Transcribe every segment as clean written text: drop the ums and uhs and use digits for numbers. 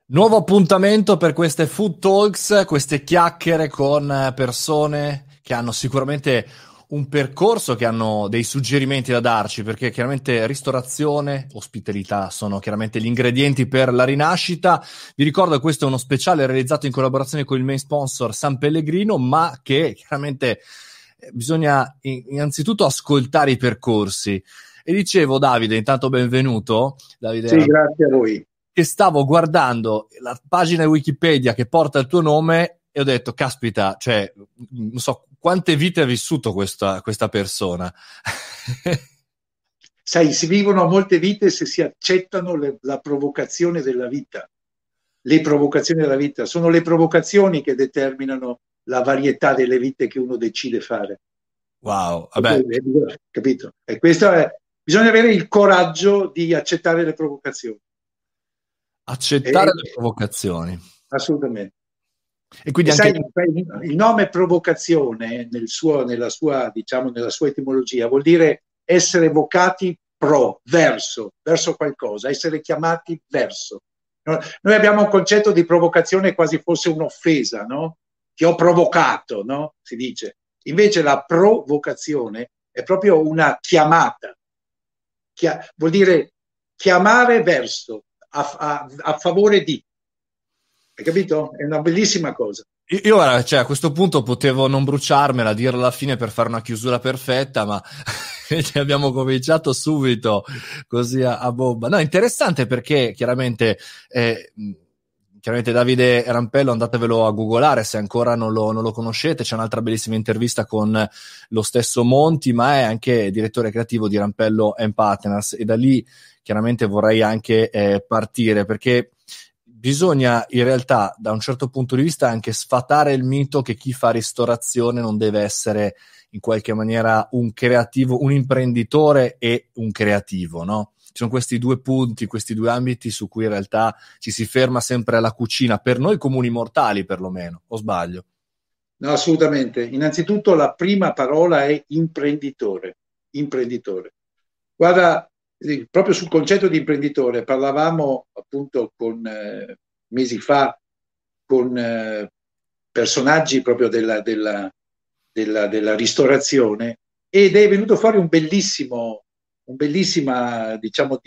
Nuovo appuntamento per queste Food Talks, queste chiacchiere con persone che hanno sicuramente un percorso, che hanno dei suggerimenti da darci, perché chiaramente ristorazione, ospitalità sono chiaramente gli ingredienti per la rinascita. Vi ricordo che questo è uno speciale realizzato in collaborazione con il main sponsor San Pellegrino, ma che chiaramente bisogna innanzitutto ascoltare i percorsi. E dicevo, Davide, intanto benvenuto. Davide Sì, grazie a voi. che stavo guardando la pagina Wikipedia che porta il tuo nome e ho detto, caspita, cioè, non so quante vite ha vissuto questa persona. Sai, si vivono molte vite se si accettano la provocazione della vita. Le provocazioni della vita sono le provocazioni che determinano la varietà delle vite che uno decide fare. Wow, vabbè, Capito? E questo è, bisogna avere il coraggio di accettare le provocazioni. accettare E- le provocazioni. Assolutamente. E quindi E anche... sai, il nome provocazione diciamo, nella sua etimologia vuol dire essere vocati verso qualcosa, essere chiamati verso. No? Noi abbiamo un concetto di provocazione quasi fosse un'offesa, no? Ti ho provocato, no? Si dice. Invece la provocazione è proprio una chiamata. Vuol dire chiamare verso, a favore di. Hai capito? È una bellissima cosa. Io ora, cioè, a questo punto potevo non bruciarmela, dirla alla fine per fare una chiusura perfetta, ma abbiamo cominciato subito così a bomba. No, interessante perché chiaramente Davide Rampello, andatevelo a googolare se ancora non lo conoscete. C'è un'altra bellissima intervista con lo stesso Monti, ma è anche direttore creativo di Rampello Partners, e da lì chiaramente vorrei anche partire, perché bisogna in realtà, da un certo punto di vista, anche sfatare il mito che chi fa ristorazione non deve essere in qualche maniera un creativo, un imprenditore e un creativo, no? Ci sono questi due punti, questi due ambiti su cui in realtà ci si ferma sempre alla cucina, per noi comuni mortali perlomeno, o sbaglio? No, assolutamente. Innanzitutto la prima parola è imprenditore. Imprenditore. Guarda, proprio sul concetto di imprenditore parlavamo appunto mesi fa con personaggi proprio della ristorazione, ed è venuto fuori un bellissima, diciamo,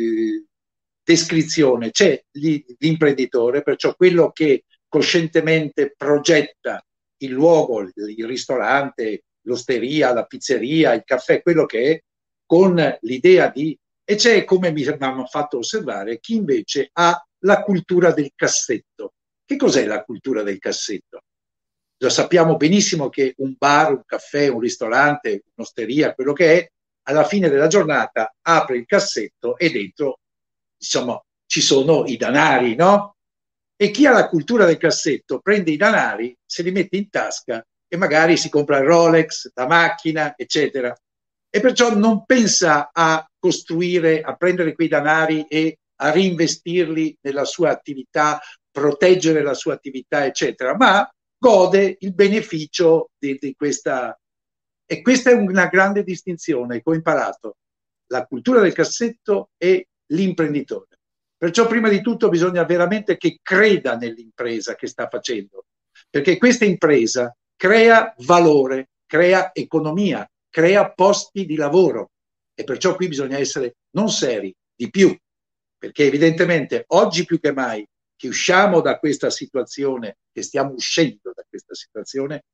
descrizione. C'è l'imprenditore, perciò quello che coscientemente progetta il luogo, il ristorante, l'osteria, la pizzeria, il caffè, quello che è, con l'idea di... E c'è, come mi hanno fatto osservare, chi invece ha la cultura del cassetto. Che cos'è la cultura del cassetto? Lo sappiamo benissimo che un bar, un caffè, un ristorante, un'osteria, quello che è, alla fine della giornata apre il cassetto e dentro, insomma, ci sono i danari, no? E chi ha la cultura del cassetto prende i danari, se li mette in tasca e magari si compra il Rolex, la macchina, eccetera. E perciò non pensa a costruire, a prendere quei danari e a reinvestirli nella sua attività, proteggere la sua attività, eccetera, ma gode il beneficio di questa. E questa è una grande distinzione che ho imparato: la cultura del cassetto e l'imprenditore. Perciò prima di tutto bisogna veramente che creda nell'impresa che sta facendo, perché questa impresa crea valore, crea economia, crea posti di lavoro, e perciò qui bisogna essere non seri, di più, perché evidentemente oggi più che mai che usciamo da questa situazione, che stiamo uscendo da questa situazione,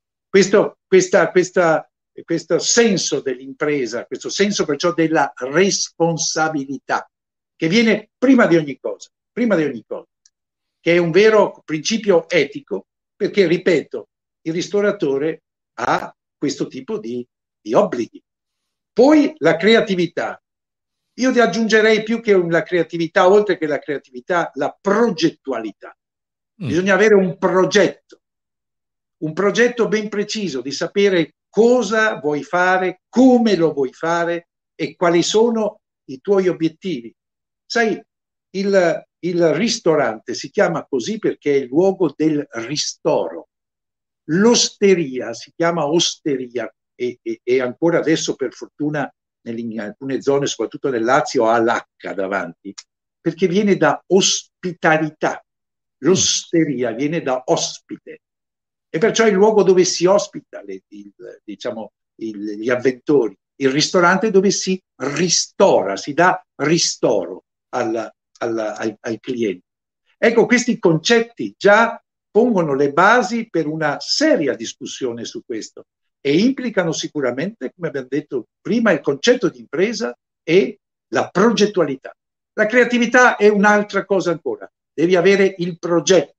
questo senso dell'impresa, questo senso perciò della responsabilità, che viene prima di ogni cosa, che è un vero principio etico, perché, ripeto, il ristoratore ha questo tipo di obblighi. Poi la creatività. Io ti aggiungerei più che la creatività, oltre che la creatività, la progettualità. Mm. Bisogna avere un progetto ben preciso di sapere cosa vuoi fare, come lo vuoi fare e quali sono i tuoi obiettivi. Sai, il ristorante si chiama così perché è il luogo del ristoro. L'osteria si chiama osteria e ancora adesso, per fortuna, in alcune zone, soprattutto nel Lazio, ha l'H davanti. perché viene da ospitalità. L'osteria viene da ospite, e perciò è il luogo dove si ospita gli avventori. Il ristorante è dove si ristora, si dà ristoro al cliente. Ecco, questi concetti già pongono le basi per una seria discussione su questo e implicano sicuramente, come abbiamo detto prima, il concetto di impresa e la progettualità. La creatività è un'altra cosa ancora. Devi avere il progetto.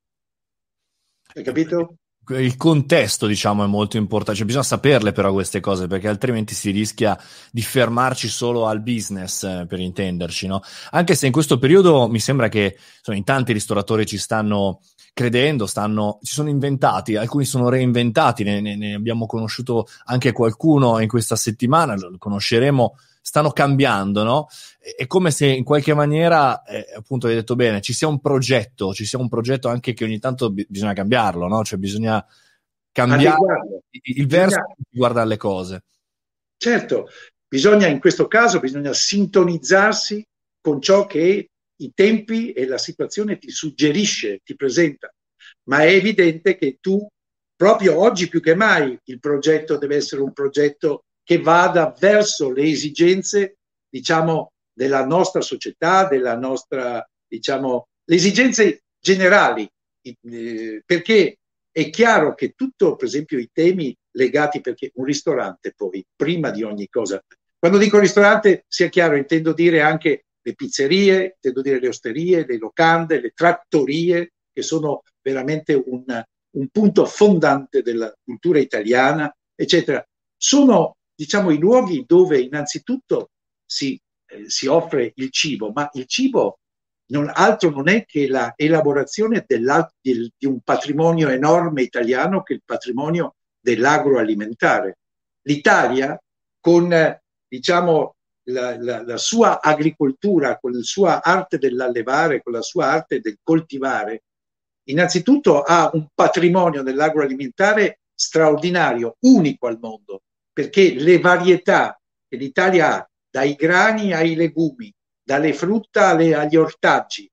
Hai capito? Il contesto, diciamo, è molto importante, cioè bisogna saperle però queste cose, perché altrimenti si rischia di fermarci solo al business, per intenderci, no? Anche se in questo periodo mi sembra che insomma, in tanti ristoratori ci stanno credendo, si sono inventati, alcuni sono reinventati, ne abbiamo conosciuto anche qualcuno in questa settimana, lo conosceremo, stanno cambiando, no? È come se in qualche maniera, appunto hai detto bene, ci sia un progetto anche che ogni tanto bisogna cambiarlo, no? Cioè bisogna cambiare il verso di guardare le cose. Certo, in questo caso bisogna sintonizzarsi con ciò che i tempi e la situazione ti suggerisce, ti presenta. Ma è evidente che tu, proprio oggi più che mai, il progetto deve essere un progetto che vada verso le esigenze, diciamo, della nostra società, della nostra, diciamo, le esigenze generali, perché è chiaro che tutto, per esempio, i temi legati, perché un ristorante poi, prima di ogni cosa, quando dico ristorante, sia chiaro, intendo dire anche le pizzerie, intendo dire le osterie, le locande, le trattorie, che sono veramente un punto fondante della cultura italiana, eccetera. Sono, diciamo, i luoghi dove innanzitutto si offre il cibo, ma il cibo altro non è che la elaborazione di un patrimonio enorme italiano, che è il patrimonio dell'agroalimentare. L'Italia, con diciamo la sua agricoltura, con la sua arte dell'allevare, con la sua arte del coltivare, innanzitutto ha un patrimonio dell'agroalimentare straordinario, unico al mondo, perché le varietà che l'Italia ha, dai grani ai legumi, dalle frutta agli ortaggi,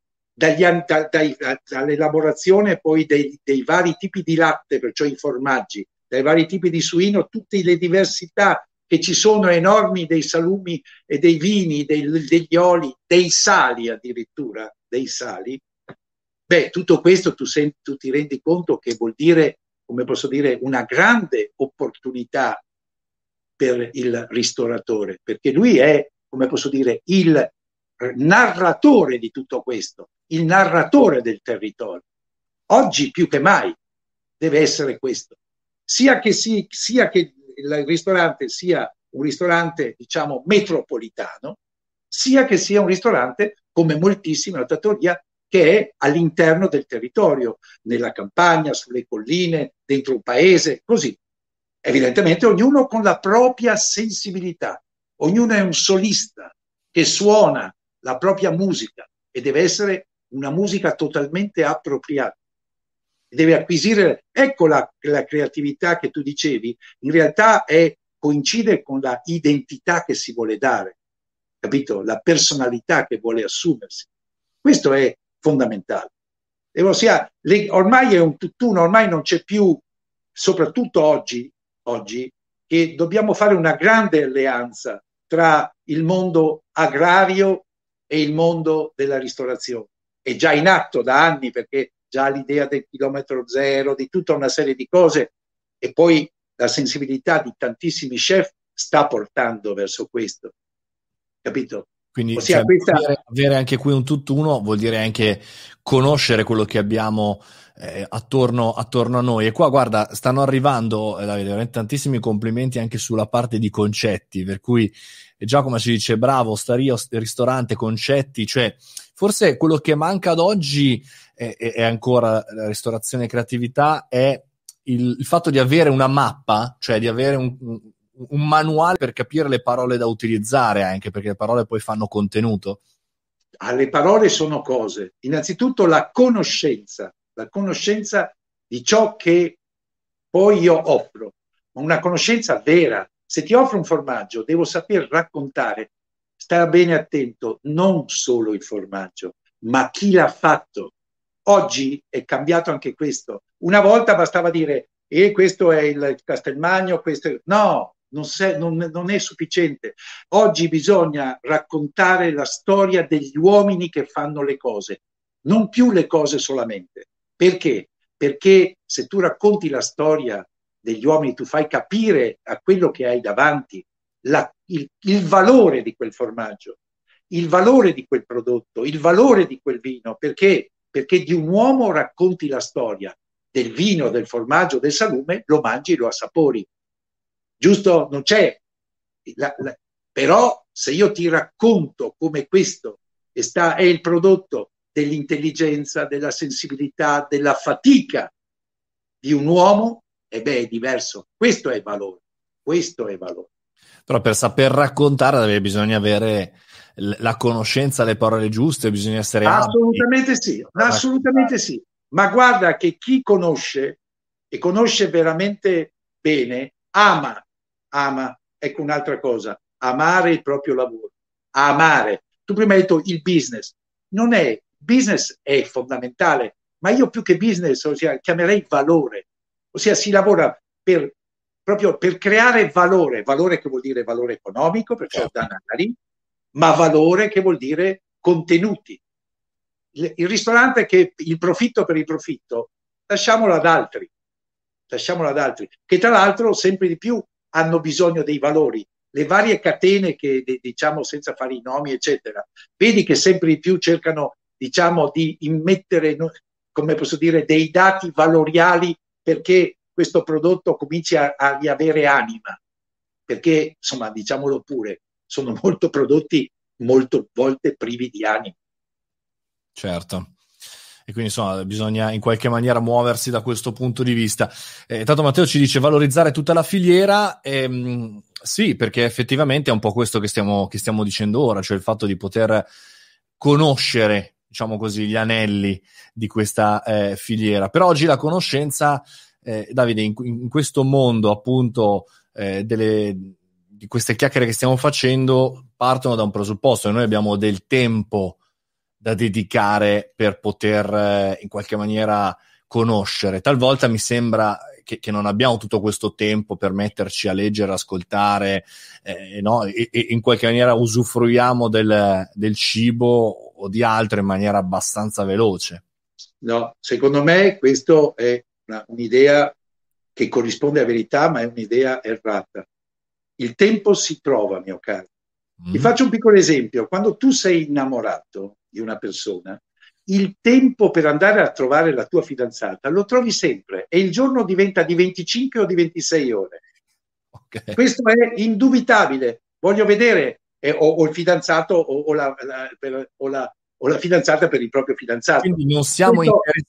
dall'elaborazione poi dei vari tipi di latte, perciò i formaggi, dai vari tipi di suino, tutte le diversità che ci sono enormi dei salumi e dei vini, degli oli, dei sali addirittura, dei sali. Beh, tutto questo tu ti rendi conto che vuol dire, come posso dire, una grande opportunità per il ristoratore, perché lui è, come posso dire, il narratore di tutto questo, il narratore del territorio. Oggi più che mai deve essere questo. Sia che il ristorante sia un ristorante, diciamo, metropolitano, sia che sia un ristorante, come moltissime, una trattoria, che è all'interno del territorio, nella campagna, sulle colline, dentro un paese, così. Evidentemente ognuno con la propria sensibilità, ognuno è un solista che suona la propria musica e deve essere una musica totalmente appropriata. Deve acquisire, ecco la creatività che tu dicevi, in realtà coincide con la identità che si vuole dare, capito? La personalità che vuole assumersi. Questo è fondamentale. Ossia, ormai è un tutt'uno, ormai non c'è più, soprattutto oggi, che dobbiamo fare una grande alleanza tra il mondo agrario e il mondo della ristorazione. È già in atto da anni, perché già l'idea del chilometro zero, di tutta una serie di cose, e poi la sensibilità di tantissimi chef sta portando verso questo, capito? Quindi ossia, avere anche qui un tutt'uno vuol dire anche conoscere quello che abbiamo attorno a noi. E qua, guarda, stanno arrivando, Davide, veramente tantissimi complimenti anche sulla parte di concetti, per cui già come si dice, bravo, osteria, ristorante, concetti, cioè forse quello che manca ad oggi è ancora la ristorazione e creatività, è il fatto di avere una mappa, cioè di avere un manuale per capire le parole da utilizzare, anche perché le parole poi fanno contenuto. Le parole sono cose. Innanzitutto la conoscenza di ciò che poi io offro, una conoscenza vera. Se ti offro un formaggio, devo saper raccontare sta bene attento, non solo il formaggio, ma chi l'ha fatto. Oggi è cambiato anche questo. Una volta bastava dire, questo è il Castelmagno, questo è... No, non è sufficiente. Oggi bisogna raccontare la storia degli uomini che fanno le cose, non più le cose solamente. Perché? Perché se tu racconti la storia degli uomini, tu fai capire a quello che hai davanti il valore di quel formaggio, il valore di quel prodotto, il valore di quel vino. Perché? Perché di un uomo racconti la storia del vino, del formaggio, del salume, lo mangi, lo assapori. Giusto? Non c'è. Però se io ti racconto come questo è il prodotto dell'intelligenza, della sensibilità, della fatica di un uomo, è diverso. Questo è valore. Questo è valore. Però per saper raccontare bisogna avere la conoscenza, le parole giuste, bisogna essere assolutamente sì, assolutamente sì. Ma guarda che chi conosce e conosce veramente bene, ama, ecco un'altra cosa, amare il proprio lavoro, amare. Tu prima hai detto il business, business è fondamentale, ma io più che business, ossia, chiamerei valore, ossia si lavora proprio per creare valore che vuol dire valore economico, perciò danari, ma valore che vuol dire contenuti. Il ristorante che il profitto per il profitto, lasciamolo ad altri, che tra l'altro sempre di più hanno bisogno dei valori. Le varie catene che, diciamo, senza fare i nomi, eccetera, vedi che sempre di più cercano, diciamo, di immettere, come posso dire, dei dati valoriali perché questo prodotto cominci a riavere anima. Perché, insomma, diciamolo pure, sono molto prodotti molte volte privi di anima. Certo. E quindi insomma bisogna in qualche maniera muoversi da questo punto di vista. Tanto Matteo ci dice valorizzare tutta la filiera, sì, perché effettivamente è un po' questo che stiamo dicendo ora, cioè il fatto di poter conoscere, diciamo così, gli anelli di questa filiera. Per oggi la conoscenza, Davide, in questo mondo appunto di queste chiacchiere che stiamo facendo partono da un presupposto, e noi abbiamo del tempo da dedicare per poter in qualche maniera conoscere. Talvolta mi sembra che non abbiamo tutto questo tempo per metterci a leggere, ascoltare, no? e in qualche maniera usufruiamo del cibo o di altro in maniera abbastanza veloce. No, secondo me questo è un'idea che corrisponde a verità, ma è un'idea errata. Il tempo si trova, mio caro. Ti faccio un piccolo esempio. Quando tu sei innamorato di una persona, il tempo per andare a trovare la tua fidanzata lo trovi sempre e il giorno diventa di 25 o di 26 ore. Okay. Questo è indubitabile. Voglio vedere o il fidanzato o la fidanzata per il proprio fidanzato. Quindi non siamo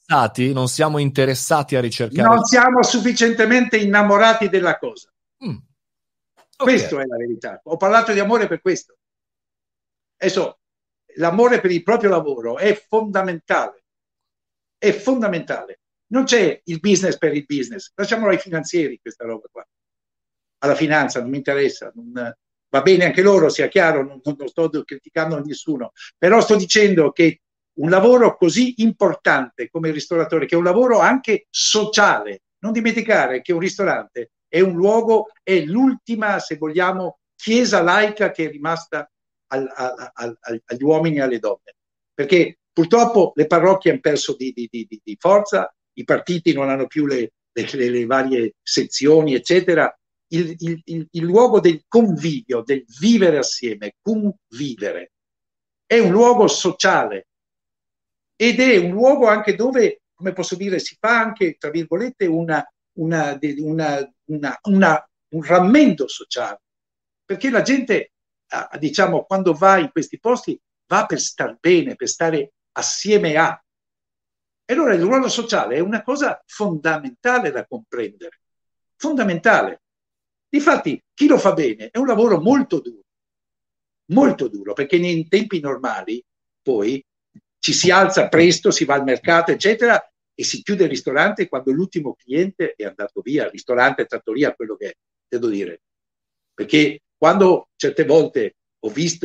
interessati a ricercare. Non siamo sufficientemente innamorati della cosa. Okay. Questo è la verità. Ho parlato di amore per questo. Adesso, l'amore per il proprio lavoro è fondamentale. È fondamentale. Non c'è il business per il business. Lasciamolo ai finanzieri questa roba qua. Alla finanza, non mi interessa. Va bene anche loro, sia chiaro, non sto criticando nessuno. Però sto dicendo che un lavoro così importante come il ristoratore, che è un lavoro anche sociale, non dimenticare che un ristorante è un luogo, è l'ultima, se vogliamo, chiesa laica che è rimasta agli uomini e alle donne. Perché purtroppo le parrocchie hanno perso di forza, i partiti non hanno più le varie sezioni, eccetera. Il luogo del convivio, del vivere assieme, convivere, è un luogo sociale ed è un luogo anche dove, come posso dire, si fa anche, tra virgolette, un rammendo sociale, perché la gente, diciamo, quando va in questi posti va per star bene, per stare assieme a. E allora il ruolo sociale è una cosa fondamentale da comprendere, fondamentale. Difatti, chi lo fa bene è un lavoro molto duro, perché nei tempi normali poi ci si alza presto, si va al mercato, eccetera, e si chiude il ristorante quando l'ultimo cliente è andato via, il ristorante, trattoria, quello che è, devo dire. Perché quando certe volte ho visto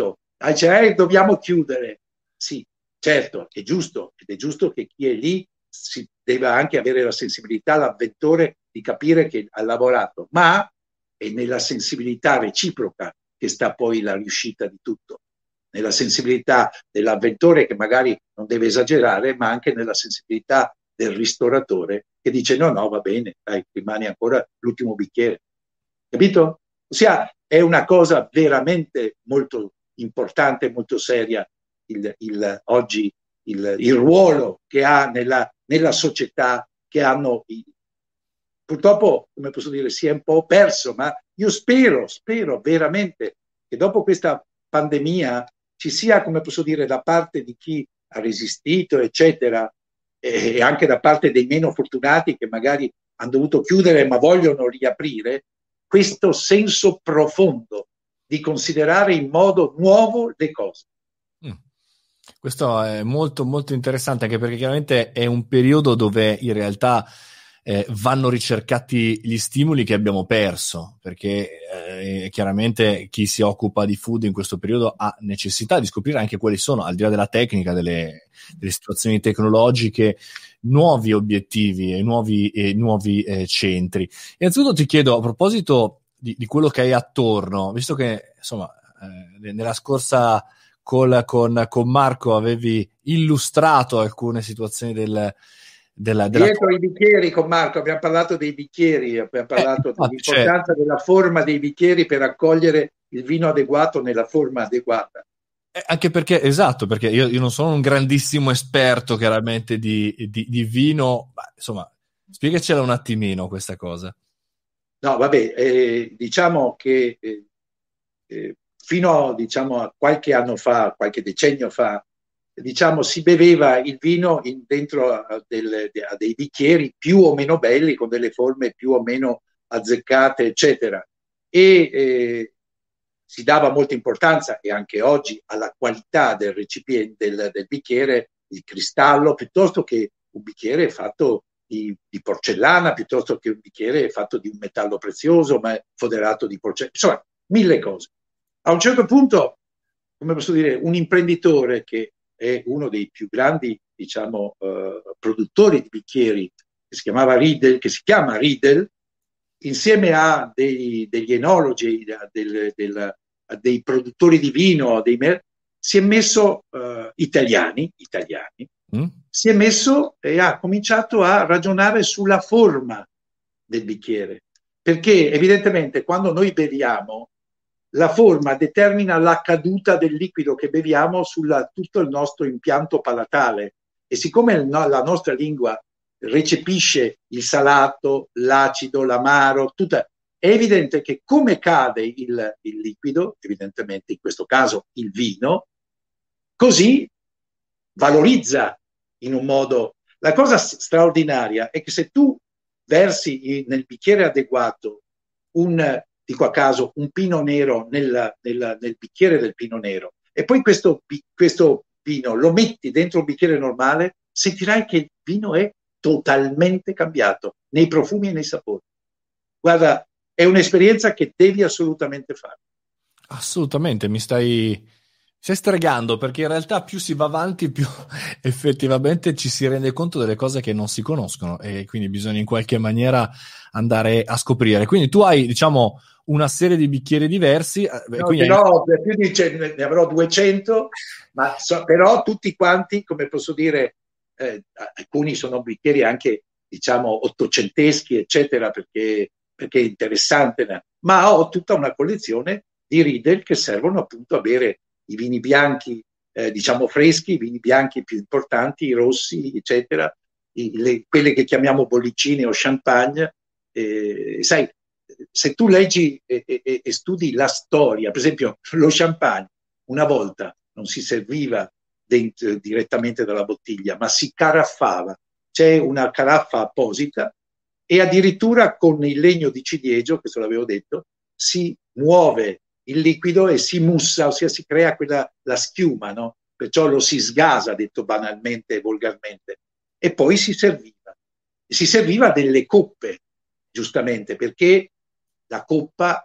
Dice, dobbiamo chiudere. Sì, certo, è giusto, ed è giusto che chi è lì si deve anche avere la sensibilità, l'avventore, di capire che ha lavorato, ma è nella sensibilità reciproca che sta poi la riuscita di tutto, nella sensibilità dell'avventore che magari non deve esagerare, ma anche nella sensibilità del ristoratore che dice no, no, va bene, dai, rimane ancora l'ultimo bicchiere. Capito? Ossia, è una cosa veramente molto importante, molto seria oggi il ruolo che ha nella società, che hanno purtroppo, come posso dire, si è un po' perso, ma io spero veramente che dopo questa pandemia ci sia, come posso dire, da parte di chi ha resistito, eccetera, e anche da parte dei meno fortunati che magari hanno dovuto chiudere ma vogliono riaprire, questo senso profondo di considerare in modo nuovo le cose. Questo è molto molto interessante, anche perché chiaramente è un periodo dove in realtà vanno ricercati gli stimoli che abbiamo perso, perché chiaramente chi si occupa di food in questo periodo ha necessità di scoprire anche quali sono, al di là della tecnica, delle situazioni tecnologiche, nuovi obiettivi e nuovi centri. Innanzitutto ti chiedo, a proposito di quello che hai attorno, visto che insomma nella scorsa con Marco avevi illustrato alcune situazioni della dietro i bicchieri con Marco abbiamo parlato dei bicchieri, abbiamo parlato dell'importanza della forma dei bicchieri per accogliere il vino adeguato nella forma adeguata. Anche perché, esatto, perché io non sono un grandissimo esperto chiaramente di vino, ma insomma, spiegacela un attimino questa cosa. No, vabbè, diciamo che fino diciamo, a qualche anno fa, qualche decennio fa, diciamo, si beveva il vino dentro a dei bicchieri più o meno belli, con delle forme più o meno azzeccate, eccetera. E si dava molta importanza, e anche oggi, alla qualità del recipiente, del bicchiere, il cristallo, piuttosto che un bicchiere fatto di porcellana, piuttosto che un bicchiere fatto di un metallo prezioso, ma foderato di porcellana. Insomma, mille cose. A un certo punto, come posso dire, un imprenditore che è uno dei più grandi, diciamo, produttori di bicchieri, che si chiama Riedel, insieme a degli enologi, a dei produttori di vino, si è messo italiani, si è messo e ha cominciato a ragionare sulla forma del bicchiere, perché evidentemente quando noi beviamo la forma determina la caduta del liquido che beviamo su tutto il nostro impianto palatale, e siccome la nostra lingua recepisce il salato, l'acido, l'amaro, è evidente che come cade il liquido, evidentemente in questo caso il vino, così valorizza in un modo. La cosa straordinaria è che se tu versi nel bicchiere adeguato dico a caso, un pino nero nel bicchiere del pino nero, e poi questo vino lo metti dentro un bicchiere normale, sentirai che il vino è totalmente cambiato nei profumi e nei sapori. Guarda, è un'esperienza che devi assolutamente fare. Assolutamente, stai stregando, perché in realtà più si va avanti, più effettivamente ci si rende conto delle cose che non si conoscono, e quindi bisogna in qualche maniera andare a scoprire. Quindi tu hai, diciamo, una serie di bicchieri diversi. No, ne avrò 200, ma però tutti quanti, come posso dire, alcuni sono bicchieri anche, diciamo, ottocenteschi, eccetera, perché è interessante, ma ho tutta una collezione di Riedel che servono appunto a bere i vini bianchi, diciamo freschi, i vini bianchi più importanti, i rossi, eccetera, quelle che chiamiamo bollicine o champagne. Sai, se tu leggi e studi la storia, per esempio lo champagne, una volta non si serviva direttamente dalla bottiglia, ma si caraffava. C'è una caraffa apposita, e addirittura con il legno di ciliegio, questo l'avevo detto, si muove il liquido e si mussa, ossia si crea la schiuma, no? Perciò lo si sgasa, detto banalmente e volgarmente, e poi si serviva delle coppe, giustamente, perché la coppa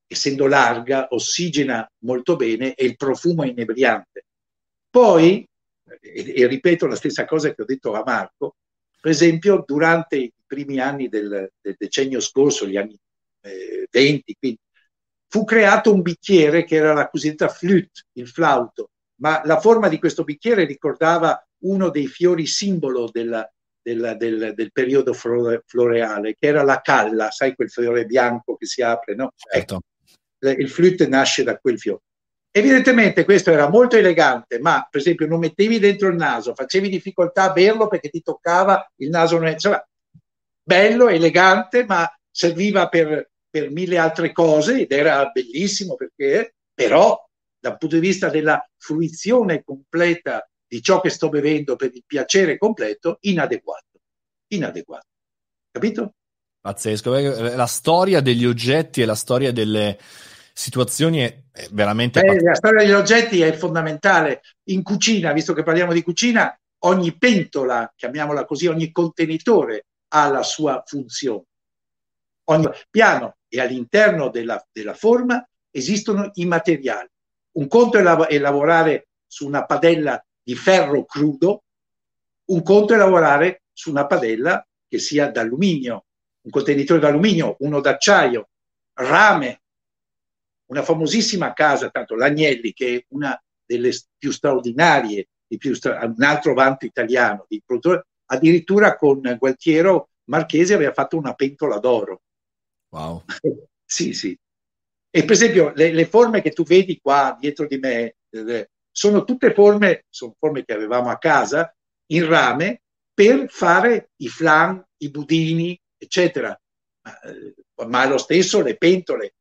essendo larga, ossigena molto bene e il profumo è inebriante. Poi, e ripeto la stessa cosa che ho detto a Marco, per esempio durante i primi anni del decennio scorso, gli anni 20, quindi, fu creato un bicchiere che era la cosiddetta flûte, il flauto, ma la forma di questo bicchiere ricordava uno dei fiori simbolo del periodo floreale, che era la calla, sai quel fiore bianco che si apre, no? Certo. Ecco, il flûte nasce da quel fiore. Evidentemente questo era molto elegante, ma per esempio non mettevi dentro il naso, facevi difficoltà a berlo perché ti toccava il naso, insomma, bello, elegante, ma serviva per mille altre cose ed era bellissimo perché, però dal punto di vista della fruizione completa di ciò che sto bevendo per il piacere completo, inadeguato, inadeguato, capito? Pazzesco. La storia degli oggetti e la storia delle situazioni è veramente Beh, la pazzesca. storia degli oggetti è fondamentale. In cucina, visto che parliamo di cucina, ogni pentola, chiamiamola così, ogni contenitore ha la sua funzione. Ogni piano e all'interno della forma esistono i materiali. Un conto è lavorare su una padella di ferro crudo, un conto è lavorare su una padella che sia d'alluminio, un contenitore d'alluminio, uno d'acciaio, rame. Una famosissima casa, tanto l'Agnelli, che è una delle più straordinarie, un altro vanto italiano di produttore, addirittura con Gualtiero Marchesi aveva fatto una pentola d'oro. Wow. Sì, sì. E per esempio le forme che tu vedi qua dietro di me sono tutte forme, sono forme che avevamo a casa in rame per fare i flan, i budini, eccetera. Ma lo stesso le pentole,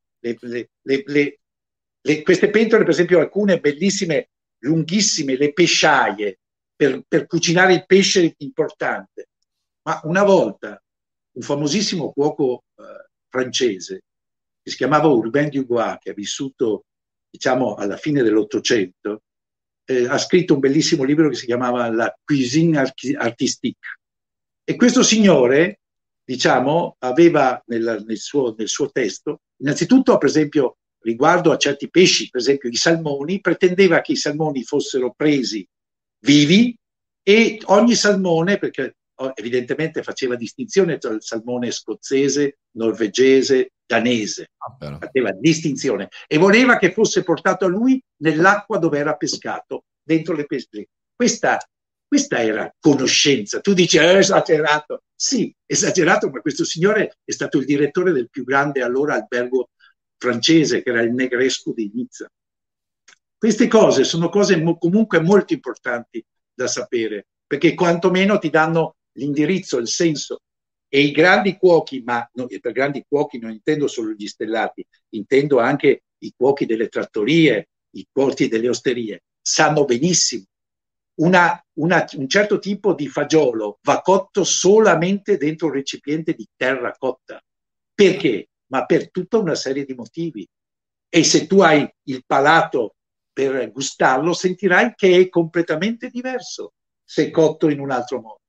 queste pentole, per esempio, alcune bellissime, lunghissime, le pesciaie per cucinare il pesce importante. Ma una volta un famosissimo cuoco francese che si chiamava Urbain Dubois, che ha vissuto diciamo alla fine dell'Ottocento, ha scritto un bellissimo libro che si chiamava La cuisine artistique. E questo signore, diciamo, aveva nel suo testo, innanzitutto, per esempio, riguardo a certi pesci, per esempio i salmoni, pretendeva che i salmoni fossero presi vivi e ogni salmone, perché evidentemente faceva distinzione tra il salmone scozzese, norvegese, danese, faceva distinzione e voleva che fosse portato a lui nell'acqua dove era pescato, dentro le pesche. Questa era conoscenza. Tu dici, è esagerato. Sì, esagerato, ma questo signore è stato il direttore del più grande allora albergo francese, che era il Negresco di Nizza. Queste cose sono cose comunque molto importanti da sapere, perché quantomeno ti danno l'indirizzo, il senso. E i grandi cuochi, ma per grandi cuochi non intendo solo gli stellati, intendo anche i cuochi delle trattorie, i cuochi delle osterie, sanno benissimo. Un certo tipo di fagiolo va cotto solamente dentro un recipiente di terra cotta. Perché? Ma per tutta una serie di motivi. E se tu hai il palato per gustarlo, sentirai che è completamente diverso se cotto in un altro modo.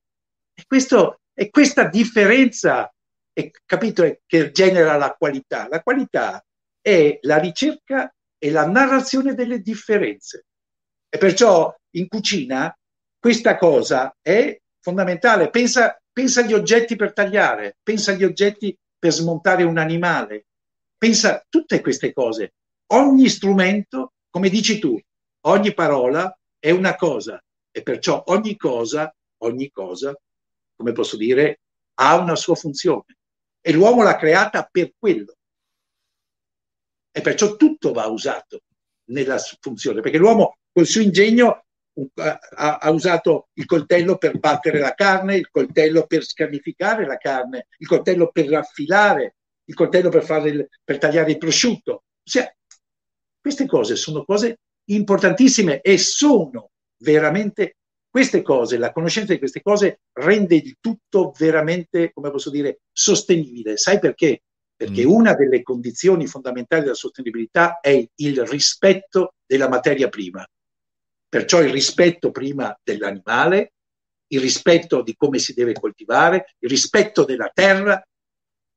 E questa differenza, capito, che genera la qualità. La qualità è la ricerca e la narrazione delle differenze. E perciò in cucina questa cosa è fondamentale. Pensa agli oggetti per tagliare, pensa agli oggetti per smontare un animale, pensa a tutte queste cose. Ogni strumento, come dici tu, ogni parola è una cosa e perciò ogni cosa, come posso dire, ha una sua funzione e l'uomo l'ha creata per quello. E perciò tutto va usato nella funzione, perché l'uomo col suo ingegno ha usato il coltello per battere la carne, il coltello per scarnificare la carne, il coltello per raffilare, il coltello per tagliare il prosciutto. Cioè, queste cose sono cose importantissime e sono veramente queste cose, la conoscenza di queste cose rende il tutto veramente, come posso dire, sostenibile. Sai perché? Perché una delle condizioni fondamentali della sostenibilità è il rispetto della materia prima. Perciò il rispetto prima dell'animale, il rispetto di come si deve coltivare, il rispetto della terra,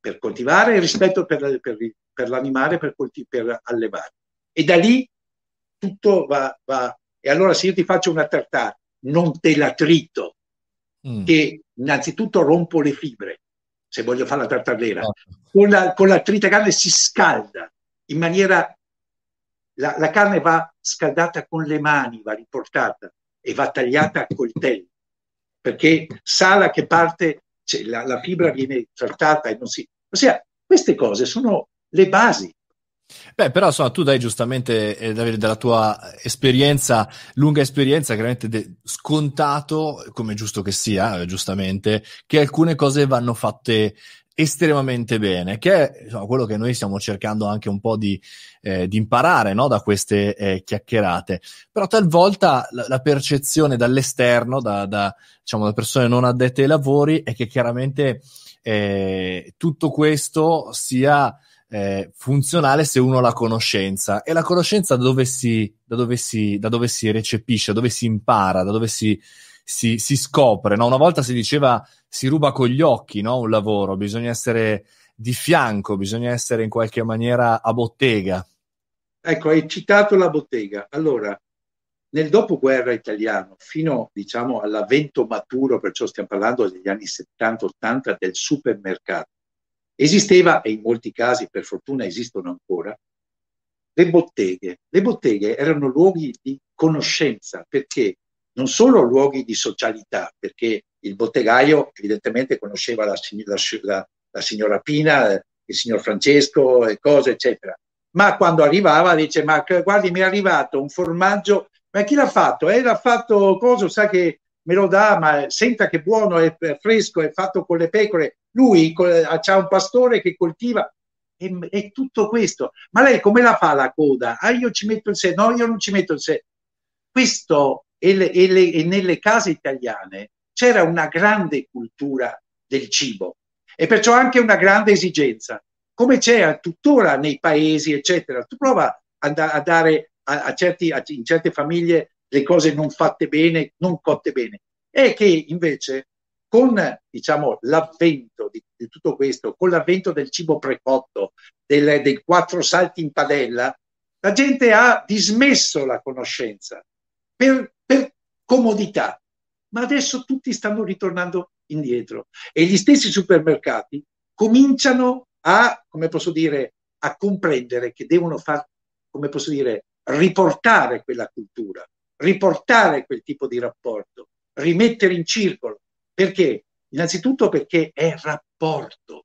per coltivare e rispetto per l'animale, per allevare. E da lì tutto va. E allora se io ti faccio una tartare, non te la trito, che innanzitutto rompo le fibre, se voglio fare la tartarella. Con la trita carne si scalda in maniera... La carne va scaldata con le mani, va riportata e va tagliata a coltello, perché sala che parte, cioè la fibra viene trattata e non si... Ossia, queste cose sono le basi. Beh, però insomma, tu dai giustamente, Davide, dalla tua esperienza, lunga esperienza, chiaramente scontato, come è giusto che sia, giustamente, che alcune cose vanno fatte estremamente bene, che è insomma, quello che noi stiamo cercando anche un po' di imparare, no? Da queste chiacchierate. Però talvolta la percezione dall'esterno, diciamo, da persone non addette ai lavori, è che chiaramente tutto questo sia funzionale se uno ha la conoscenza, e la conoscenza da dove si recepisce, da dove si impara, da dove si scopre, no? Una volta si diceva si ruba con gli occhi, no? Un lavoro, bisogna essere di fianco, bisogna essere in qualche maniera a bottega. Ecco, hai citato la bottega. Allora, nel dopoguerra italiano, fino diciamo all'avvento maturo, perciò stiamo parlando degli anni 70-80, del supermercato, esisteva, e in molti casi per fortuna esistono ancora, le botteghe. Le botteghe erano luoghi di conoscenza, perché non solo luoghi di socialità, perché il bottegaio evidentemente conosceva la signora Pina, il signor Francesco e cose, eccetera. Ma quando arrivava dice, ma guardi, mi è arrivato un formaggio, ma chi l'ha fatto? L'ha fatto cosa? Sa che me lo dà, ma senta che buono, è fresco, è fatto con le pecore. Lui c'ha un pastore che coltiva, e tutto questo. Ma lei come la fa la coda? Ah, io ci metto il sé. No, io non ci metto il sé. Questo, e nelle case italiane c'era una grande cultura del cibo, e perciò anche una grande esigenza, come c'è tuttora nei paesi, eccetera. Tu prova a dare in certe famiglie le cose non fatte bene, non cotte bene, e che invece con diciamo l'avvento di tutto questo, con l'avvento del cibo precotto, dei 4 salti in padella, la gente ha dismesso la conoscenza per comodità, ma adesso tutti stanno ritornando indietro, e gli stessi supermercati cominciano a, come posso dire, a comprendere che devono come posso dire, riportare quella cultura, riportare quel tipo di rapporto, rimettere in circolo. Perché? Innanzitutto perché è rapporto.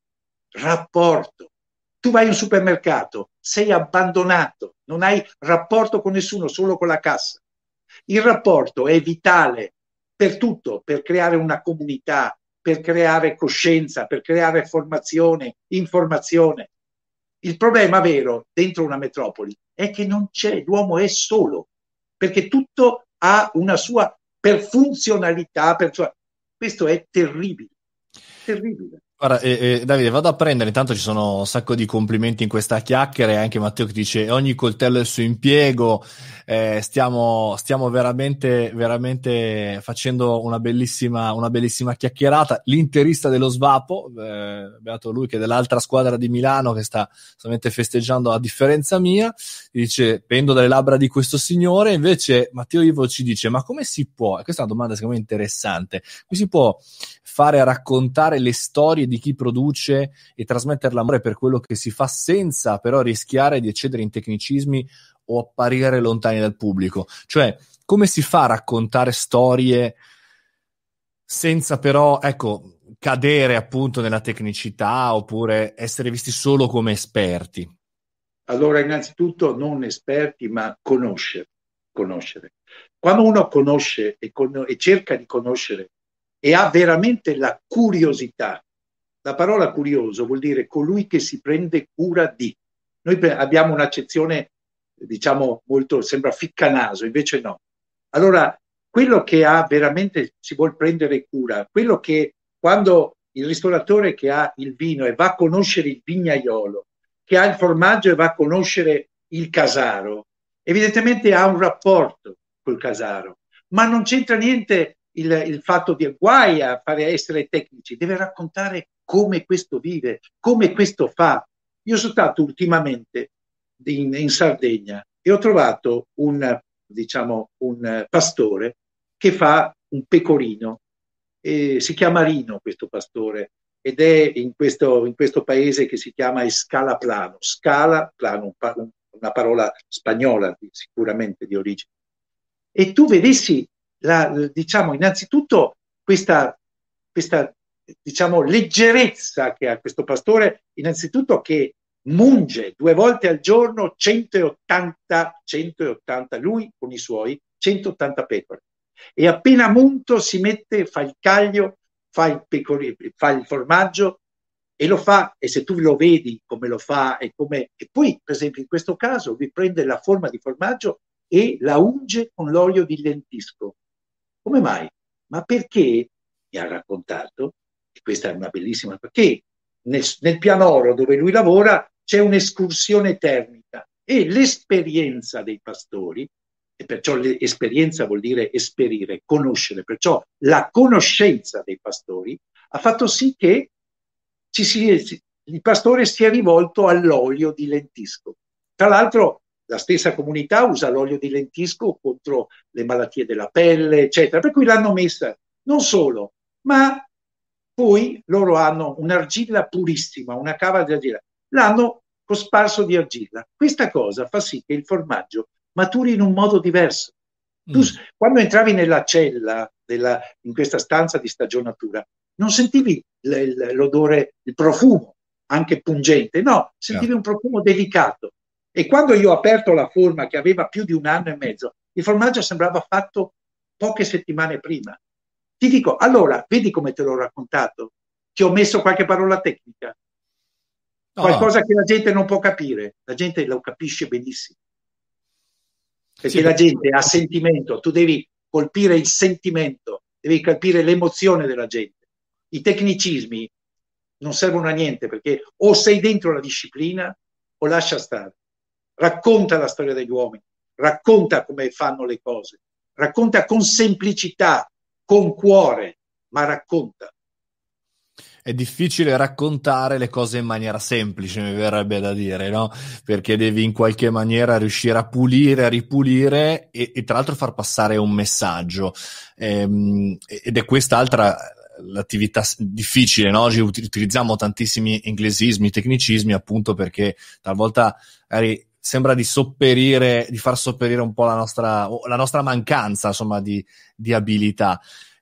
Tu vai in un supermercato, sei abbandonato, non hai rapporto con nessuno, solo con la cassa. Il rapporto è vitale per tutto, per creare una comunità, per creare coscienza, per creare formazione, informazione. Il problema vero dentro una metropoli è che non c'è, l'uomo è solo, perché tutto ha una sua funzionalità. Questo è terribile, terribile. Guarda, Davide, vado a prendere, intanto ci sono un sacco di complimenti in questa chiacchiera, e anche Matteo che dice ogni coltello è il suo impiego, stiamo veramente, veramente facendo una bellissima chiacchierata. L'interista dello Svapo, beato lui, che è dell'altra squadra di Milano, che sta solamente festeggiando a differenza mia, dice pendo dalle labbra di questo signore. Invece Matteo Ivo ci dice, ma come si può, e questa è una domanda secondo me interessante, come si può fare a raccontare le storie di chi produce e trasmettere l'amore per quello che si fa, senza però rischiare di eccedere in tecnicismi o apparire lontani dal pubblico? Cioè, come si fa a raccontare storie senza però, ecco, cadere appunto nella tecnicità, oppure essere visti solo come esperti? Allora, innanzitutto non esperti, ma conoscere. Quando uno conosce e cerca di conoscere e ha veramente la curiosità, la parola curioso vuol dire colui che si prende cura di. Noi abbiamo un'accezione, diciamo, molto, sembra ficcanaso, invece no. Allora, quello che ha veramente, si vuol prendere cura, quello che quando il ristoratore che ha il vino e va a conoscere il vignaiolo, che ha il formaggio e va a conoscere il casaro, evidentemente ha un rapporto col casaro, ma non c'entra niente il fatto di guai a essere tecnici, deve raccontare come questo vive, come questo fa. Io sono stato ultimamente in Sardegna e ho trovato un pastore che fa un pecorino, si chiama Rino questo pastore, ed è in questo paese che si chiama Scalaplano. Scalaplano, una parola spagnola sicuramente di origine. E tu vedessi, innanzitutto questa leggerezza che ha questo pastore, innanzitutto che munge 2 volte al giorno 180, lui con i suoi 180 pecore. E appena munto si mette, fa il caglio, fa il formaggio e lo fa, e se tu lo vedi come lo fa e poi per esempio in questo caso lui prende la forma di formaggio e la unge con l'olio di lentisco. Come mai? Ma perché mi ha raccontato, e questa è una bellissima, perché nel pianoro dove lui lavora c'è un'escursione termica e l'esperienza dei pastori, e perciò l'esperienza vuol dire esperire, conoscere, perciò la conoscenza dei pastori ha fatto sì che il pastore si è rivolto all'olio di lentisco. Tra l'altro la stessa comunità usa l'olio di lentisco contro le malattie della pelle, eccetera, per cui l'hanno messa. Non solo, ma poi loro hanno un'argilla purissima, una cava di argilla, l'hanno cosparso di argilla. Questa cosa fa sì che il formaggio maturi in un modo diverso. Tu, quando entravi nella cella, in questa stanza di stagionatura, non sentivi l'odore, il profumo, anche pungente, no, sentivi un profumo delicato. E quando io ho aperto la forma che aveva più di 1 anno e mezzo, il formaggio sembrava fatto poche settimane prima. Ti dico, allora, vedi come te l'ho raccontato? Ti ho messo qualche parola tecnica, qualcosa che la gente non può capire, la gente lo capisce benissimo. Perché la gente ha sentimento, tu devi colpire il sentimento, devi colpire l'emozione della gente. I tecnicismi non servono a niente, perché o sei dentro la disciplina o lascia stare. Racconta la storia degli uomini, racconta come fanno le cose, racconta con semplicità, con cuore, ma racconta. È difficile raccontare le cose in maniera semplice, mi verrebbe da dire, no? Perché devi in qualche maniera riuscire a pulire, a ripulire e tra l'altro far passare un messaggio. Ed è quest'altra l'attività difficile, no? Oggi utilizziamo tantissimi inglesismi, tecnicismi, appunto perché talvolta magari sembra di far sopperire un po' la nostra mancanza, insomma, di abilità.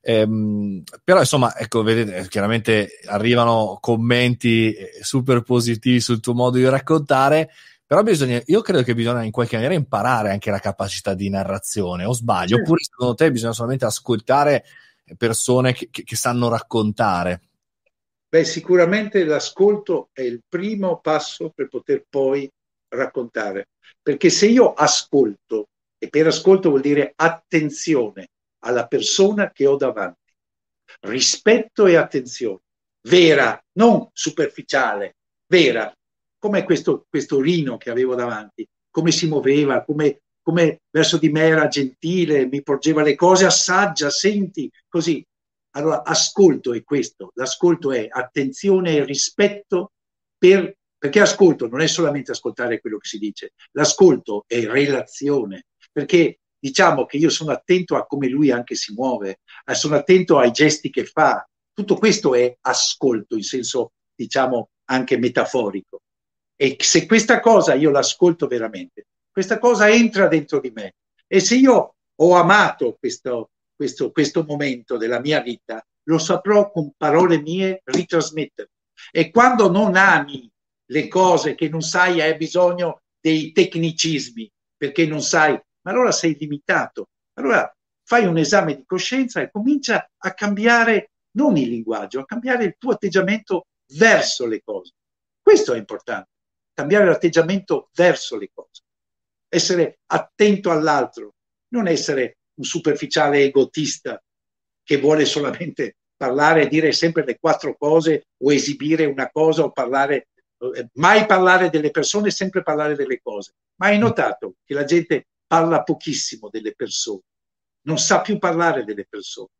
Però insomma, ecco, vedete, chiaramente arrivano commenti super positivi sul tuo modo di raccontare, però io credo che bisogna in qualche maniera imparare anche la capacità di narrazione, o sbaglio? Oppure secondo te bisogna solamente ascoltare persone che sanno raccontare? Beh, sicuramente l'ascolto è il primo passo per poter poi raccontare, perché se io ascolto, e per ascolto vuol dire attenzione alla persona che ho davanti, rispetto e attenzione, vera, non superficiale, vera, come questo Rino che avevo davanti, come si muoveva, come verso di me era gentile, mi porgeva le cose, assaggia, senti, così. Allora, ascolto è questo, l'ascolto è attenzione e rispetto perché ascolto non è solamente ascoltare quello che si dice, l'ascolto è relazione, perché diciamo che io sono attento a come lui anche si muove, sono attento ai gesti che fa, tutto questo è ascolto in senso, diciamo, anche metaforico. E se questa cosa io l'ascolto veramente, questa cosa entra dentro di me. E se io ho amato questo momento della mia vita, lo saprò con parole mie ritrasmettere. E quando non ami le cose che non sai, hai bisogno dei tecnicismi, perché non sai, ma allora sei limitato. Allora fai un esame di coscienza e comincia a cambiare non il linguaggio, a cambiare il tuo atteggiamento verso le cose. Questo è importante, cambiare l'atteggiamento verso le cose, essere attento all'altro, non essere un superficiale egotista che vuole solamente parlare e dire sempre le 4 cose o esibire una cosa o parlare, mai parlare delle persone, sempre parlare delle cose. Ma hai notato che la gente parla pochissimo delle persone, non sa più parlare delle persone.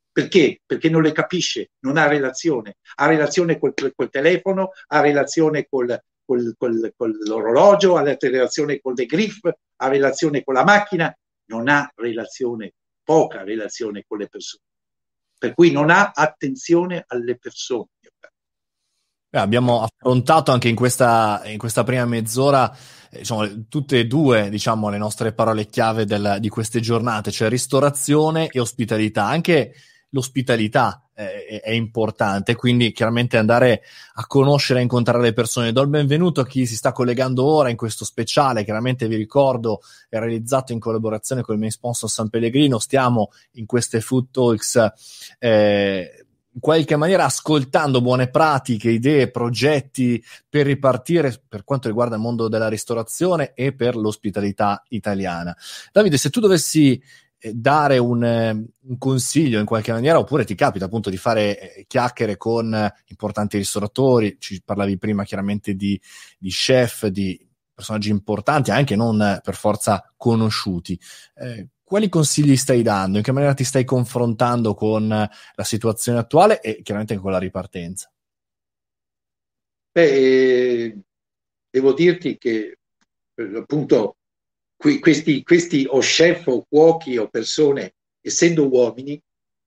Perché? Perché non le capisce, non ha relazione col telefono, ha relazione con l'orologio, ha relazione con le griffe, ha relazione con la macchina, non ha relazione, poca relazione con le persone. Per cui non ha attenzione alle persone. Abbiamo affrontato anche in questa prima mezz'ora, diciamo, tutte e due, diciamo, le nostre parole chiave di queste giornate, cioè ristorazione e ospitalità. Anche l'ospitalità è importante, quindi chiaramente andare a conoscere e incontrare le persone. Do il benvenuto a chi si sta collegando ora in questo speciale, chiaramente vi ricordo, è realizzato in collaborazione con il main sponsor San Pellegrino. Stiamo in queste Food Talks in qualche maniera ascoltando buone pratiche, idee, progetti per ripartire per quanto riguarda il mondo della ristorazione e per l'ospitalità italiana. Davide, se tu dovessi dare un consiglio in qualche maniera, oppure ti capita appunto di fare chiacchiere con importanti ristoratori, ci parlavi prima chiaramente di chef, di personaggi importanti, anche non per forza conosciuti, quali consigli stai dando? In che maniera ti stai confrontando con la situazione attuale e chiaramente con la ripartenza? Devo dirti che appunto questi o chef o cuochi o persone, essendo uomini,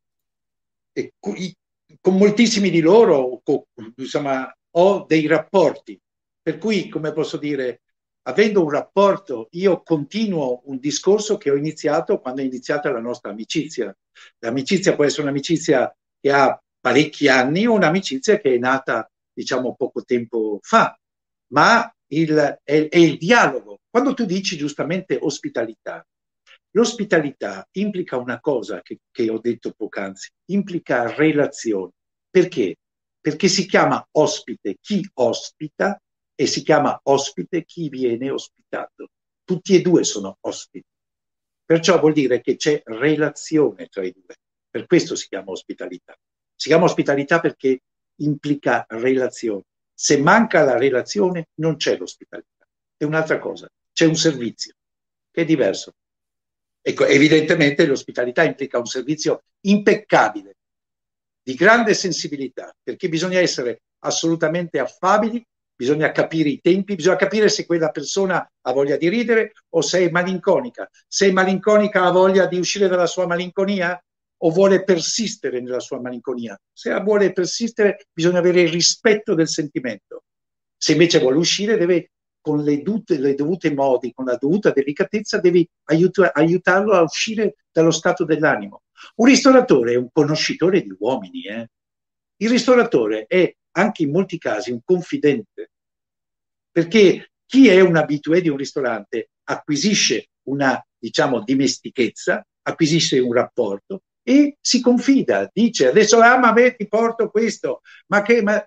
e con moltissimi di loro insomma, ho dei rapporti, per cui, come posso dire, avendo un rapporto, io continuo un discorso che ho iniziato quando è iniziata la nostra amicizia. L'amicizia può essere un'amicizia che ha parecchi anni o un'amicizia che è nata, diciamo, poco tempo fa, ma è il dialogo. Quando tu dici giustamente ospitalità, l'ospitalità implica una cosa che ho detto poc'anzi, implica relazione. Perché? Perché si chiama ospite chi ospita e si chiama ospite chi viene ospitato. Tutti e due sono ospiti. Perciò vuol dire che c'è relazione tra i due. Per questo si chiama ospitalità. Si chiama ospitalità perché implica relazione. Se manca la relazione non c'è l'ospitalità. È un'altra cosa. C'è un servizio che è diverso. Ecco, evidentemente l'ospitalità implica un servizio impeccabile, di grande sensibilità, perché bisogna essere assolutamente affabili, bisogna capire i tempi, bisogna capire se quella persona ha voglia di ridere o se è malinconica. Se è malinconica ha voglia di uscire dalla sua malinconia o vuole persistere nella sua malinconia. Se vuole persistere bisogna avere il rispetto del sentimento. Se invece vuole uscire deve, con le dovute modi, con la dovuta delicatezza, devi aiutarlo a uscire dallo stato dell'animo. Un ristoratore è un conoscitore di uomini. Il ristoratore è anche in molti casi un confidente, perché chi è un abitué di un ristorante acquisisce una, diciamo, dimestichezza, acquisisce un rapporto e si confida, dice adesso ma beh, ti porto questo, ma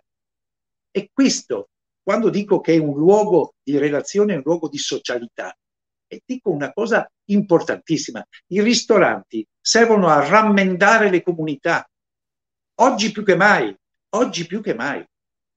è questo. Quando dico che è un luogo di relazione, è un luogo di socialità, e dico una cosa importantissima, i ristoranti servono a rammendare le comunità, oggi più che mai, oggi più che mai.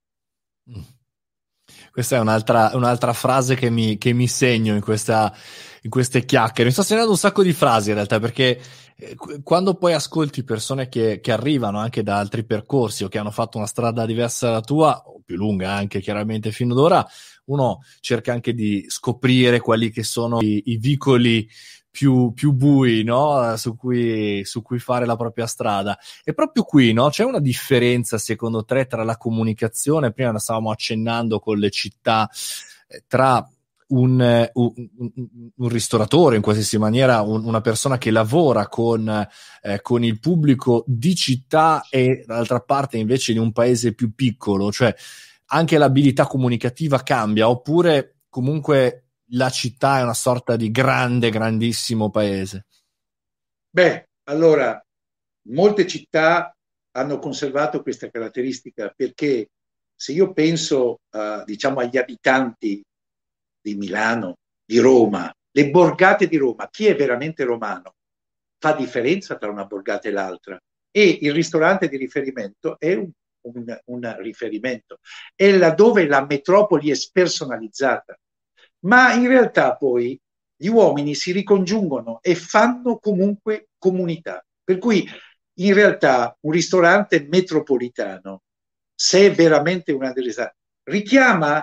Questa è un'altra frase che mi segno in queste chiacchiere. Mi sto segnando un sacco di frasi in realtà, perché quando poi ascolti persone che arrivano anche da altri percorsi o che hanno fatto una strada diversa dalla tua, o più lunga anche chiaramente fino ad ora, uno cerca anche di scoprire quali che sono i vicoli più bui, no? Su cui fare la propria strada. E proprio qui, no? C'è una differenza, secondo te, tra la comunicazione, prima la stavamo accennando con le città, tra un ristoratore, in qualsiasi maniera, una persona che lavora con il pubblico di città e dall'altra parte invece di un paese più piccolo, cioè anche l'abilità comunicativa cambia, oppure comunque la città è una sorta di grandissimo paese? Beh, allora, molte città hanno conservato questa caratteristica, perché se io penso, diciamo, agli abitanti di Milano, di Roma, le borgate di Roma, chi è veramente romano fa differenza tra una borgata e l'altra, e il ristorante di riferimento è un riferimento, è laddove la metropoli è spersonalizzata, ma in realtà poi gli uomini si ricongiungono e fanno comunque comunità, per cui in realtà un ristorante metropolitano, se è veramente una delle richiama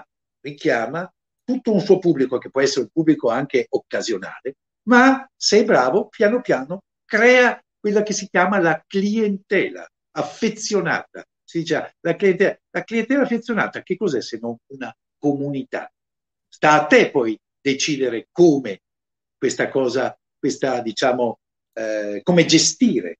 tutto un suo pubblico, che può essere un pubblico anche occasionale, ma se è bravo, piano piano crea quella che si chiama la clientela affezionata. Si dice la clientela affezionata, che cos'è se non una comunità? Sta a te poi decidere come questa cosa, diciamo, come gestire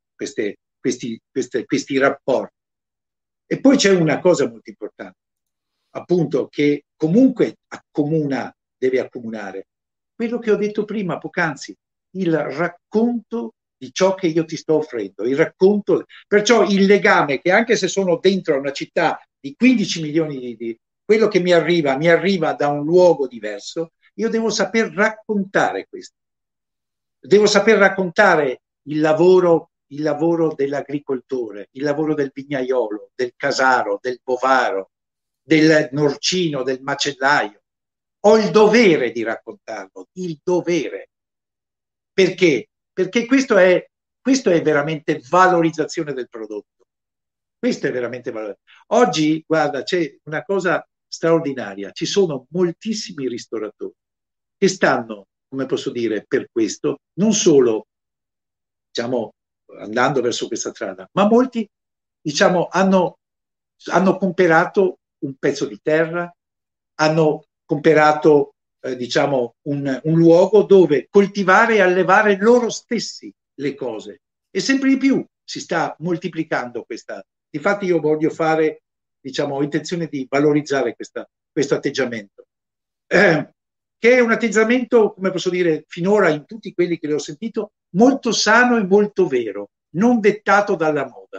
questi rapporti. E poi c'è una cosa molto importante, appunto, che comunque deve accomunare quello che ho detto prima, poc'anzi, il racconto di ciò che io ti sto offrendo, il racconto, perciò il legame che anche se sono dentro una città di 15 milioni di quello che mi arriva da un luogo diverso, io devo saper raccontare questo. Devo saper raccontare il lavoro dell'agricoltore, il lavoro del vignaiolo, del casaro, del bovaro, del norcino, del macellaio. Ho il dovere di raccontarlo, il dovere. Perché? Perché questo è veramente valorizzazione del prodotto. Questo è veramente valorizzazione. Oggi, guarda, c'è una cosa straordinaria. Ci sono moltissimi ristoratori che stanno, come posso dire, per questo, non solo, diciamo, andando verso questa strada, ma molti, diciamo, hanno comprato un pezzo di terra, hanno comprato, diciamo, un luogo dove coltivare e allevare loro stessi le cose. E sempre di più si sta moltiplicando questa. Difatti io voglio fare, diciamo, ho intenzione di valorizzare questo atteggiamento. Che è un atteggiamento, come posso dire, finora in tutti quelli che le ho sentito, molto sano e molto vero, non dettato dalla moda,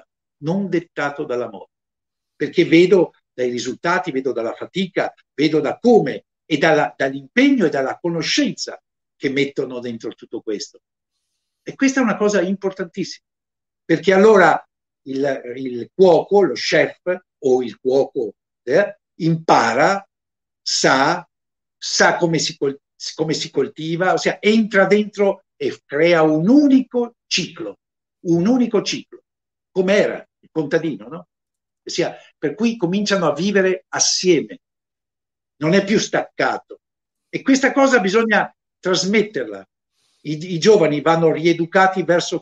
perché vedo dai risultati, vedo dalla fatica, vedo da come e dall'impegno e dalla conoscenza che mettono dentro tutto questo. E questa è una cosa importantissima, perché allora il cuoco, lo chef o il cuoco impara, sa come si coltiva, ossia entra dentro e crea un unico ciclo, come era il contadino, no? Ossia, per cui cominciano a vivere assieme, non è più staccato. E questa cosa bisogna trasmetterla. I giovani vanno rieducati verso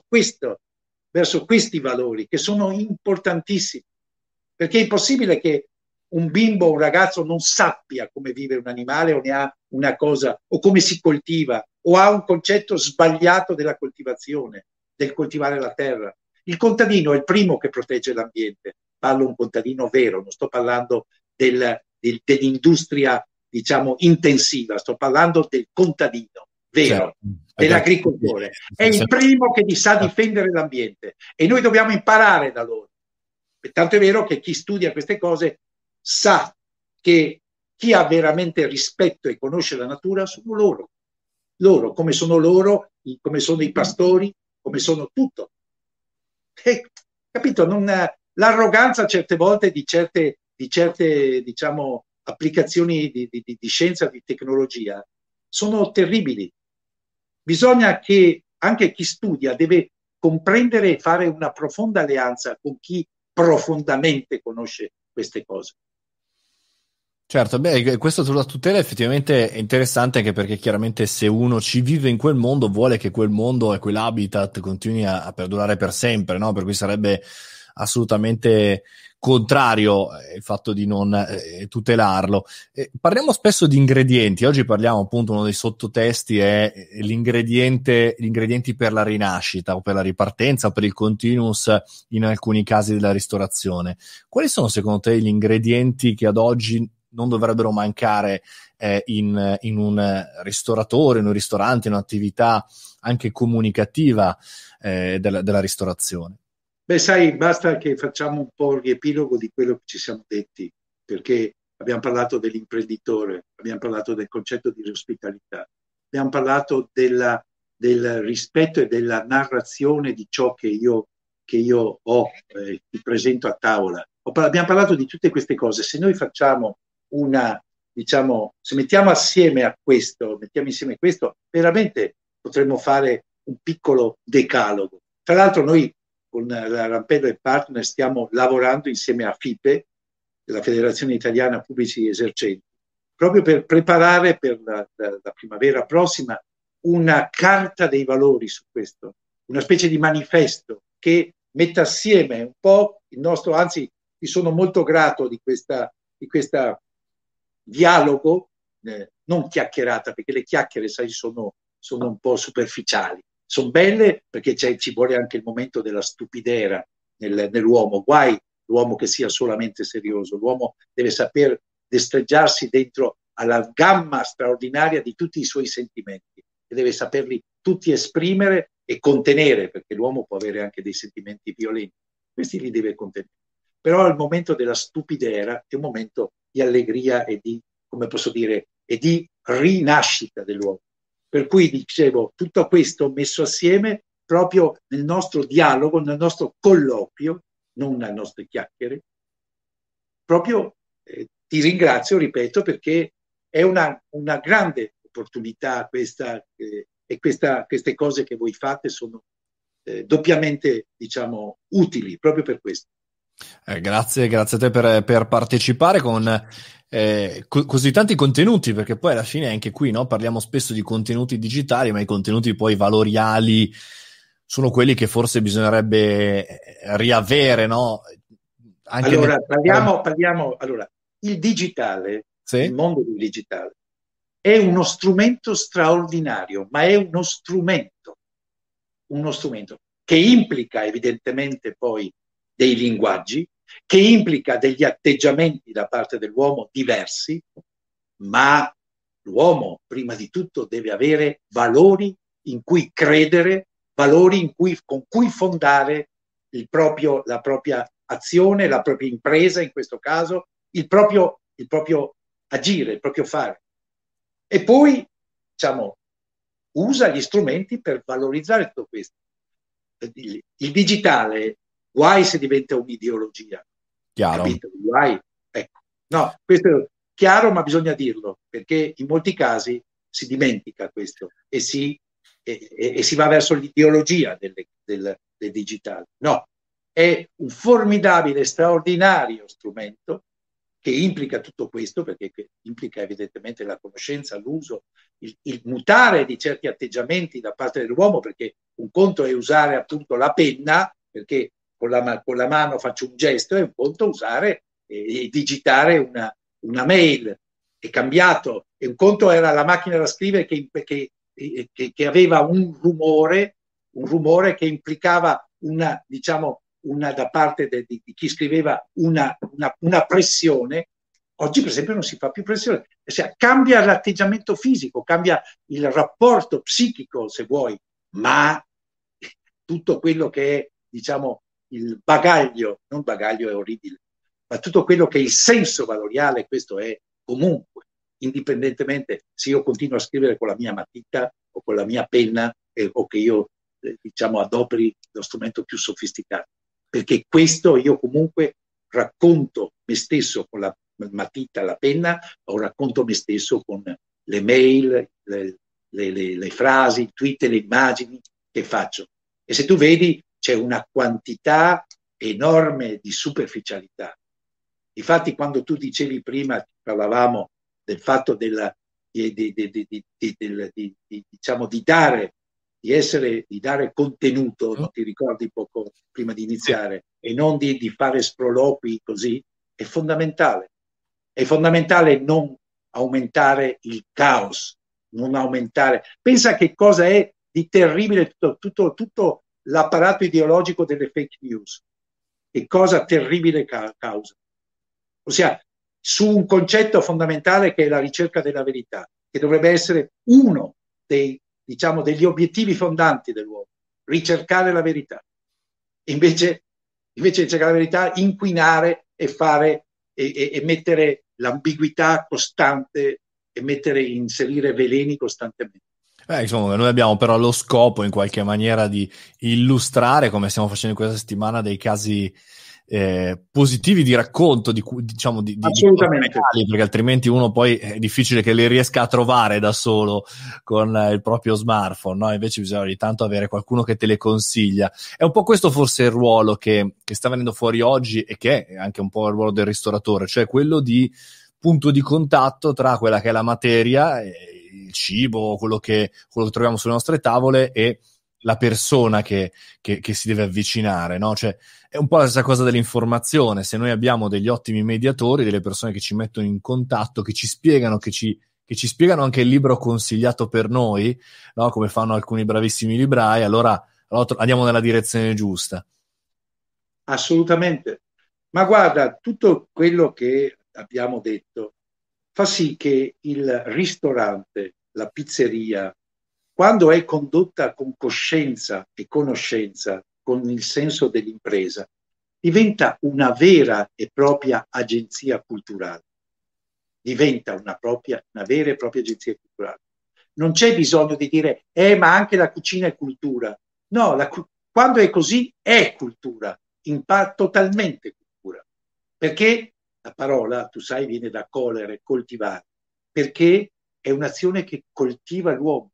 questi valori che sono importantissimi, perché è impossibile che un bimbo, un ragazzo non sappia come vive un animale o ne ha una cosa, o come si coltiva, o ha un concetto sbagliato della coltivazione, del coltivare la terra. Il contadino è il primo che protegge l'ambiente. Parlo un contadino vero, non sto parlando dell'industria, diciamo, intensiva, sto parlando del contadino vero, dell'agricoltore. È il primo che sa difendere l'ambiente e noi dobbiamo imparare da loro. E tanto è vero che chi studia queste cose sa che chi ha veramente rispetto e conosce la natura sono loro, come sono i pastori, come sono tutto. Capito? L'arroganza certe volte di certe diciamo, applicazioni di scienza, di tecnologia, sono terribili. Bisogna che anche chi studia deve comprendere e fare una profonda alleanza con chi profondamente conosce queste cose. Certo, beh, questo sulla tutela effettivamente è interessante, anche perché chiaramente se uno ci vive in quel mondo vuole che quel mondo e quell'habitat continui a perdurare per sempre, no? Per cui sarebbe assolutamente contrario il fatto di non tutelarlo. Parliamo spesso di ingredienti. Oggi parliamo, appunto, uno dei sottotesti è gli ingredienti per la rinascita o per la ripartenza o per il continuous in alcuni casi della ristorazione. Quali sono secondo te gli ingredienti che ad oggi non dovrebbero mancare in un ristoratore, in un ristorante, in un'attività anche comunicativa della ristorazione? Beh, sai, basta che facciamo un po' il riepilogo di quello che ci siamo detti, perché abbiamo parlato dell'imprenditore, abbiamo parlato del concetto di ospitalità, abbiamo parlato del rispetto e della narrazione di ciò che io ho, ti presento a tavola. Abbiamo parlato di tutte queste cose. Se noi facciamo se mettiamo insieme questo, veramente potremmo fare un piccolo decalogo. Tra l'altro noi con la Rampello e Partner stiamo lavorando insieme a FIPE, la Federazione Italiana Pubblici Esercenti, proprio per preparare per la primavera prossima una carta dei valori su questo, una specie di manifesto che metta assieme un po' il nostro, anzi vi sono molto grato di questa dialogo, non chiacchierata, perché le chiacchiere, sai, sono un po' superficiali. Sono belle perché ci vuole anche il momento della stupidera nell'uomo, guai l'uomo che sia solamente serioso, l'uomo deve saper destreggiarsi dentro alla gamma straordinaria di tutti i suoi sentimenti e deve saperli tutti esprimere e contenere, perché l'uomo può avere anche dei sentimenti violenti, questi li deve contenere. Però il momento della stupidera è un momento di allegria e di, come posso dire, e di rinascita dell'uomo. Per cui dicevo, tutto questo messo assieme proprio nel nostro dialogo, nel nostro colloquio, non nelle nostre chiacchiere, proprio ti ringrazio, ripeto, perché è una grande opportunità questa, e queste cose che voi fate sono doppiamente, diciamo, utili proprio per questo. Grazie a te per partecipare con così tanti contenuti, perché poi alla fine anche qui, no, parliamo spesso di contenuti digitali, ma i contenuti poi valoriali sono quelli che forse bisognerebbe riavere, no? Anche allora, parliamo, allora, il digitale, sì? Il mondo del digitale, è uno strumento straordinario, ma è uno strumento che implica evidentemente poi dei linguaggi, che implica degli atteggiamenti da parte dell'uomo diversi, ma l'uomo prima di tutto deve avere valori in cui credere, valori con cui fondare la propria azione, la propria impresa in questo caso, il proprio agire, il proprio fare. E poi, diciamo, usa gli strumenti per valorizzare tutto questo. Il digitale, guai se diventa un'ideologia. Chiaro. Capito? Guai. Ecco. No, questo è chiaro, ma bisogna dirlo, perché in molti casi si dimentica questo e si va verso l'ideologia del digitale. No, è un formidabile, straordinario strumento che implica tutto questo, perché implica evidentemente la conoscenza, l'uso, il mutare di certi atteggiamenti da parte dell'uomo, perché un conto è usare appunto la penna, perché con la mano faccio un gesto, e un conto usare e digitare una mail. È cambiato, e un conto era la macchina da scrivere che aveva un rumore che implicava da parte di chi scriveva una pressione. Oggi per esempio non si fa più pressione, cambia l'atteggiamento fisico, cambia il rapporto psichico se vuoi, ma tutto quello che è, diciamo, il bagaglio, non bagaglio è orribile, ma tutto quello che è il senso valoriale, questo è comunque, indipendentemente se io continuo a scrivere con la mia matita o con la mia penna o che io diciamo adoperi lo strumento più sofisticato, perché questo io comunque racconto me stesso con la matita, la penna, o racconto me stesso con le mail, le frasi, i tweet, le immagini che faccio. E se tu vedi c'è una quantità enorme di superficialità. Infatti quando tu dicevi prima, parlavamo del fatto di dare contenuto, non ti ricordi poco prima di iniziare, e non di fare sproloqui così, è fondamentale. È fondamentale non aumentare il caos, non aumentare. Pensa che cosa è di terribile tutto l'apparato ideologico delle fake news. Che cosa terribile causa. Ossia, su un concetto fondamentale che è la ricerca della verità, che dovrebbe essere uno degli obiettivi fondanti dell'uomo, ricercare la verità. Invece di ricercare la verità, inquinare e fare e mettere l'ambiguità costante e inserire veleni costantemente. Insomma, noi abbiamo però lo scopo in qualche maniera di illustrare, come stiamo facendo in questa settimana, dei casi positivi di racconto, diciamo di cose reali, perché altrimenti uno poi è difficile che le riesca a trovare da solo con il proprio smartphone, no? Invece bisogna ogni tanto avere qualcuno che te le consiglia. È un po' questo forse il ruolo che sta venendo fuori oggi, e che è anche un po' il ruolo del ristoratore, cioè quello di punto di contatto tra quella che è la materia, il cibo, quello che troviamo sulle nostre tavole, e la persona che si deve avvicinare, no? Cioè, è un po' la stessa cosa dell'informazione. Se noi abbiamo degli ottimi mediatori, delle persone che ci mettono in contatto, che ci spiegano, che ci spiegano anche il libro consigliato per noi, no? Come fanno alcuni bravissimi librai, allora andiamo nella direzione giusta. Assolutamente. Ma guarda, tutto quello che abbiamo detto fa sì che il ristorante, la pizzeria, quando è condotta con coscienza e conoscenza, con il senso dell'impresa, diventa una vera e propria agenzia culturale. Diventa una vera e propria agenzia culturale. Non c'è bisogno di dire, ma anche la cucina è cultura. No, quando è così è cultura, totalmente cultura. Perché la parola, tu sai, viene da colere, coltivare, perché è un'azione che coltiva l'uomo,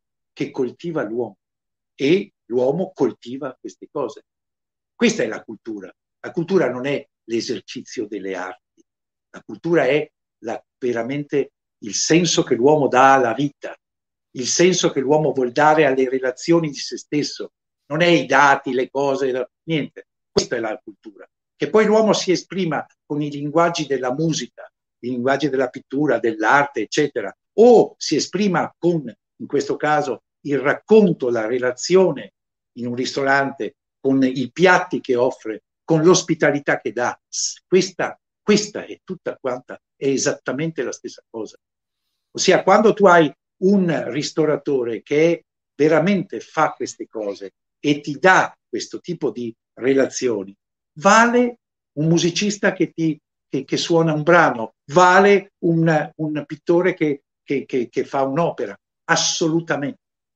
e l'uomo coltiva queste cose. Questa è la cultura. La cultura non è l'esercizio delle arti, la cultura è veramente il senso che l'uomo dà alla vita, il senso che l'uomo vuol dare alle relazioni di se stesso. Non è i dati, le cose, niente. Questa è la cultura. Che poi l'uomo si esprima con i linguaggi della musica, i linguaggi della pittura, dell'arte, eccetera, o si esprima con, in questo caso, il racconto, la relazione in un ristorante, con i piatti che offre, con l'ospitalità che dà. Questa è tutta quanta, è esattamente la stessa cosa. Ossia, quando tu hai un ristoratore che veramente fa queste cose e ti dà questo tipo di relazioni, vale un musicista che suona un brano, vale un pittore che fa un'opera, assolutamente.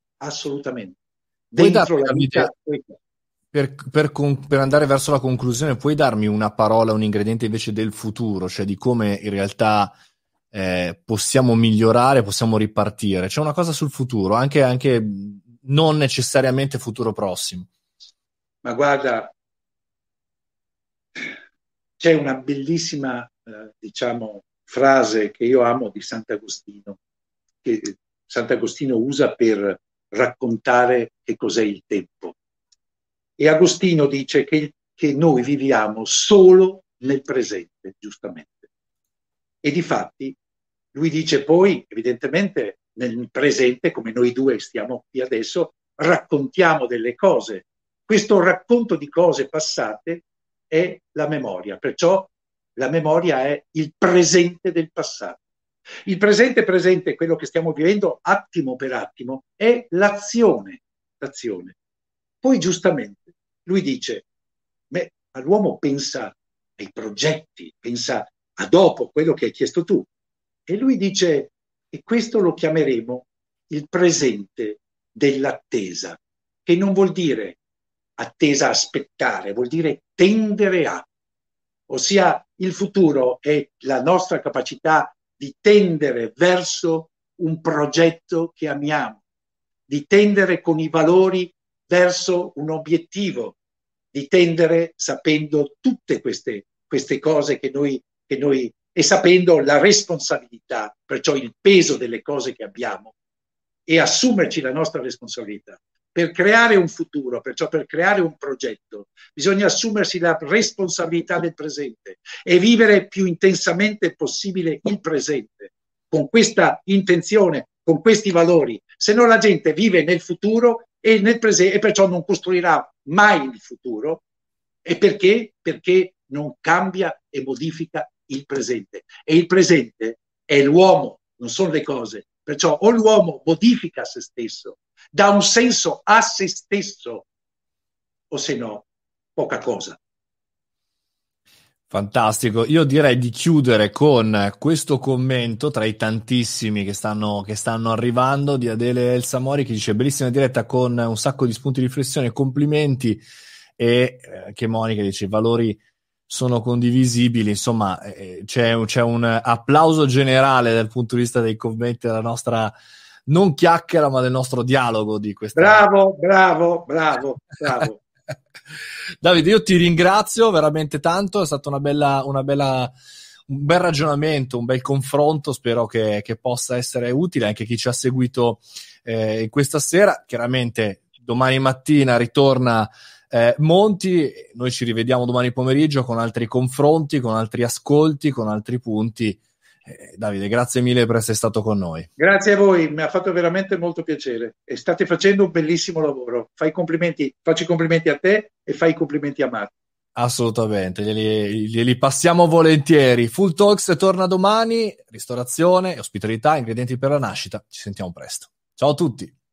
Dentro la vita. Per andare verso la conclusione, puoi darmi una parola, un ingrediente invece del futuro, cioè di come in realtà possiamo migliorare, possiamo ripartire? C'è una cosa sul futuro, anche non necessariamente futuro prossimo. Ma guarda, c'è una bellissima, frase che io amo di Sant'Agostino, che Sant'Agostino usa per raccontare che cos'è il tempo. E Agostino dice che noi viviamo solo nel presente, giustamente. E difatti lui dice poi, evidentemente, nel presente, come noi due stiamo qui adesso, raccontiamo delle cose. Questo racconto di cose passate è la memoria, perciò la memoria è il presente del passato. Il presente, quello che stiamo vivendo attimo per attimo, è l'azione. Poi giustamente lui dice, ma l'uomo pensa ai progetti, pensa a dopo, quello che hai chiesto tu. E lui dice, e questo lo chiameremo il presente dell'attesa, che non vuol dire attesa aspettare, vuol dire tendere a. Ossia, il futuro è la nostra capacità di tendere verso un progetto che amiamo, di tendere con i valori verso un obiettivo, di tendere sapendo tutte queste cose che noi e sapendo la responsabilità, perciò il peso delle cose che abbiamo, e assumerci la nostra responsabilità. Per creare un futuro, perciò per creare un progetto, bisogna assumersi la responsabilità del presente e vivere più intensamente possibile il presente, con questa intenzione, con questi valori. Se no la gente vive nel futuro e nel presente, e perciò non costruirà mai il futuro. E perché? Perché non cambia e modifica il presente. E il presente è l'uomo, non sono le cose. Perciò o l'uomo modifica se stesso, dà un senso a se stesso, o se no, poca cosa. Fantastico, io direi di chiudere con questo commento tra i tantissimi che stanno arrivando di Adele Elsa Mori, che dice bellissima diretta con un sacco di spunti di riflessione, complimenti, e che Monica dice valori sono condivisibili. Insomma, c'è un applauso generale dal punto di vista dei commenti della nostra non chiacchiera, ma del nostro dialogo di questa. Bravo. Davide, io ti ringrazio veramente tanto, è stato un bel ragionamento, un bel confronto, spero che possa essere utile anche a chi ci ha seguito questa sera. Chiaramente domani mattina ritorna Monti, noi ci rivediamo domani pomeriggio con altri confronti, con altri ascolti, con altri punti. Davide, grazie mille per essere stato con noi. Grazie a voi, mi ha fatto veramente molto piacere e state facendo un bellissimo lavoro. Faccio i complimenti a te e fai i complimenti a Marco. Assolutamente, glieli passiamo volentieri. Full Talks torna domani, ristorazione, ospitalità, ingredienti per la nascita. Ci sentiamo presto. Ciao a tutti.